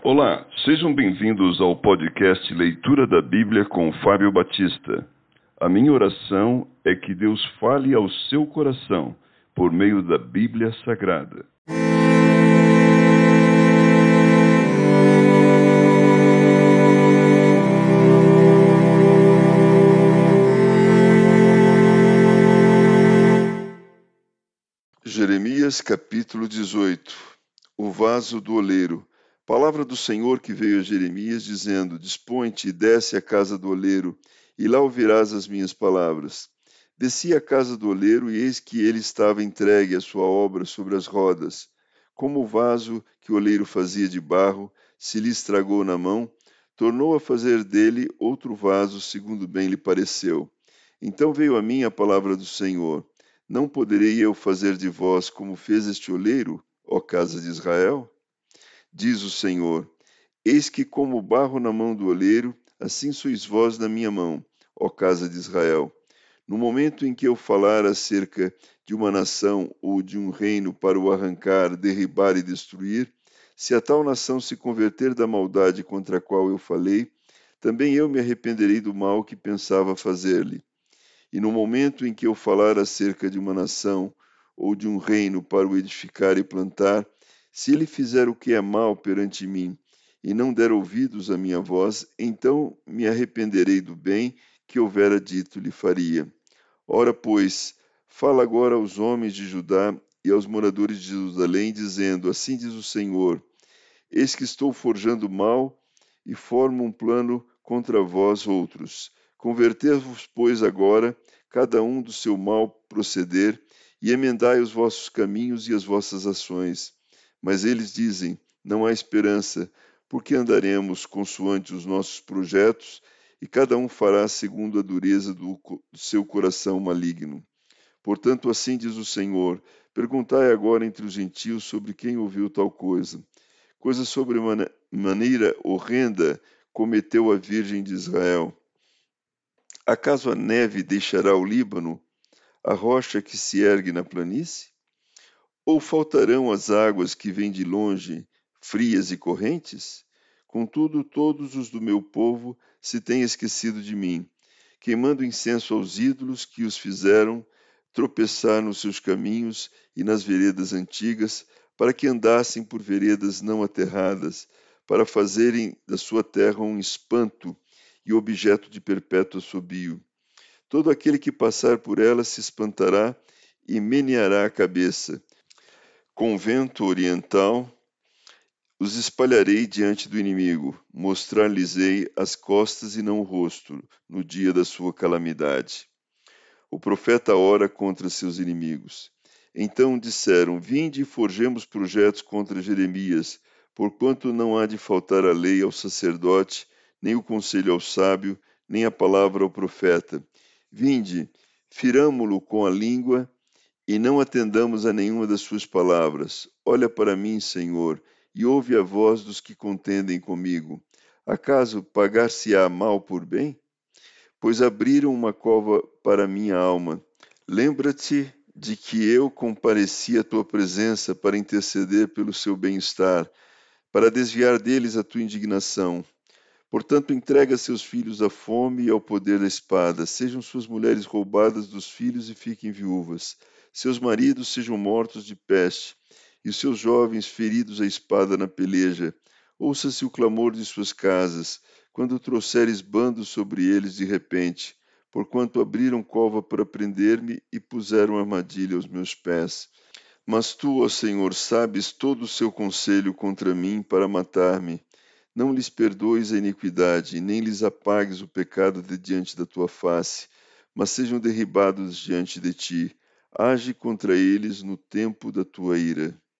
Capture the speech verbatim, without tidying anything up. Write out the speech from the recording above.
Olá, sejam bem-vindos ao podcast Leitura da Bíblia com Fábio Batista. A minha oração é que Deus fale ao seu coração por meio da Bíblia Sagrada. Jeremias capítulo dezoito. O vaso do oleiro. Palavra do Senhor que veio a Jeremias, dizendo: Dispõe-te e desce à casa do oleiro, e lá ouvirás as minhas palavras. Desci à casa do oleiro, e eis que ele estava entregue à sua obra sobre as rodas. Como o vaso que o oleiro fazia de barro se lhe estragou na mão, tornou a fazer dele outro vaso, segundo bem lhe pareceu. Então veio a mim a palavra do Senhor: Não poderei eu fazer de vós como fez este oleiro, ó casa de Israel? Diz o Senhor: Eis que como barro na mão do oleiro, assim sois vós na minha mão, ó casa de Israel. No momento em que eu falar acerca de uma nação ou de um reino para o arrancar, derribar e destruir, se a tal nação se converter da maldade contra a qual eu falei, também eu me arrependerei do mal que pensava fazer-lhe. E no momento em que eu falar acerca de uma nação ou de um reino para o edificar e plantar, se ele fizer o que é mal perante mim e não der ouvidos à minha voz, então me arrependerei do bem que houvera dito lhe faria. Ora, pois, fala agora aos homens de Judá e aos moradores de Jerusalém, dizendo: Assim diz o Senhor: Eis que estou forjando mal e formo um plano contra vós outros. Convertei-vos, pois, agora, cada um do seu mal proceder, e emendai os vossos caminhos e as vossas ações. Mas eles dizem: Não há esperança, porque andaremos consoante os nossos projetos, e cada um fará segundo a dureza do, do seu coração maligno. Portanto, assim diz o Senhor: Perguntai agora entre os gentios sobre quem ouviu tal coisa. Coisa sobre maneira horrenda cometeu a Virgem de Israel. Acaso a neve deixará o Líbano, a rocha que se ergue na planície? Ou faltarão as águas que vêm de longe, frias e correntes? Contudo, todos os do meu povo se têm esquecido de mim, queimando incenso aos ídolos que os fizeram tropeçar nos seus caminhos e nas veredas antigas, para que andassem por veredas não aterradas, para fazerem da sua terra um espanto e objeto de perpétuo assobio. Todo aquele que passar por ela se espantará e meneará a cabeça. Com vento oriental os espalharei diante do inimigo, mostrar-lhes-ei as costas e não o rosto, no dia da sua calamidade. O profeta ora contra seus inimigos. Então disseram: Vinde e forjemos projetos contra Jeremias, porquanto não há de faltar a lei ao sacerdote, nem o conselho ao sábio, nem a palavra ao profeta. Vinde, firamo-lo com a língua, e não atendamos a nenhuma das suas palavras. Olha para mim, Senhor, e ouve a voz dos que contendem comigo. Acaso pagar-se-á mal por bem? Pois abriram uma cova para minha alma. Lembra-te de que eu compareci à tua presença para interceder pelo seu bem-estar, para desviar deles a tua indignação. Portanto, entrega seus filhos à fome e ao poder da espada. Sejam suas mulheres roubadas dos filhos e fiquem viúvas. Seus maridos sejam mortos de peste, e os seus jovens feridos à espada na peleja. Ouça-se o clamor de suas casas, quando trouxeres bandos sobre eles de repente, porquanto abriram cova para prender-me e puseram armadilha aos meus pés. Mas tu, ó Senhor, sabes todo o seu conselho contra mim para matar-me. Não lhes perdoes a iniquidade, nem lhes apagues o pecado de diante da tua face, mas sejam derribados diante de ti. Age contra eles no tempo da tua ira.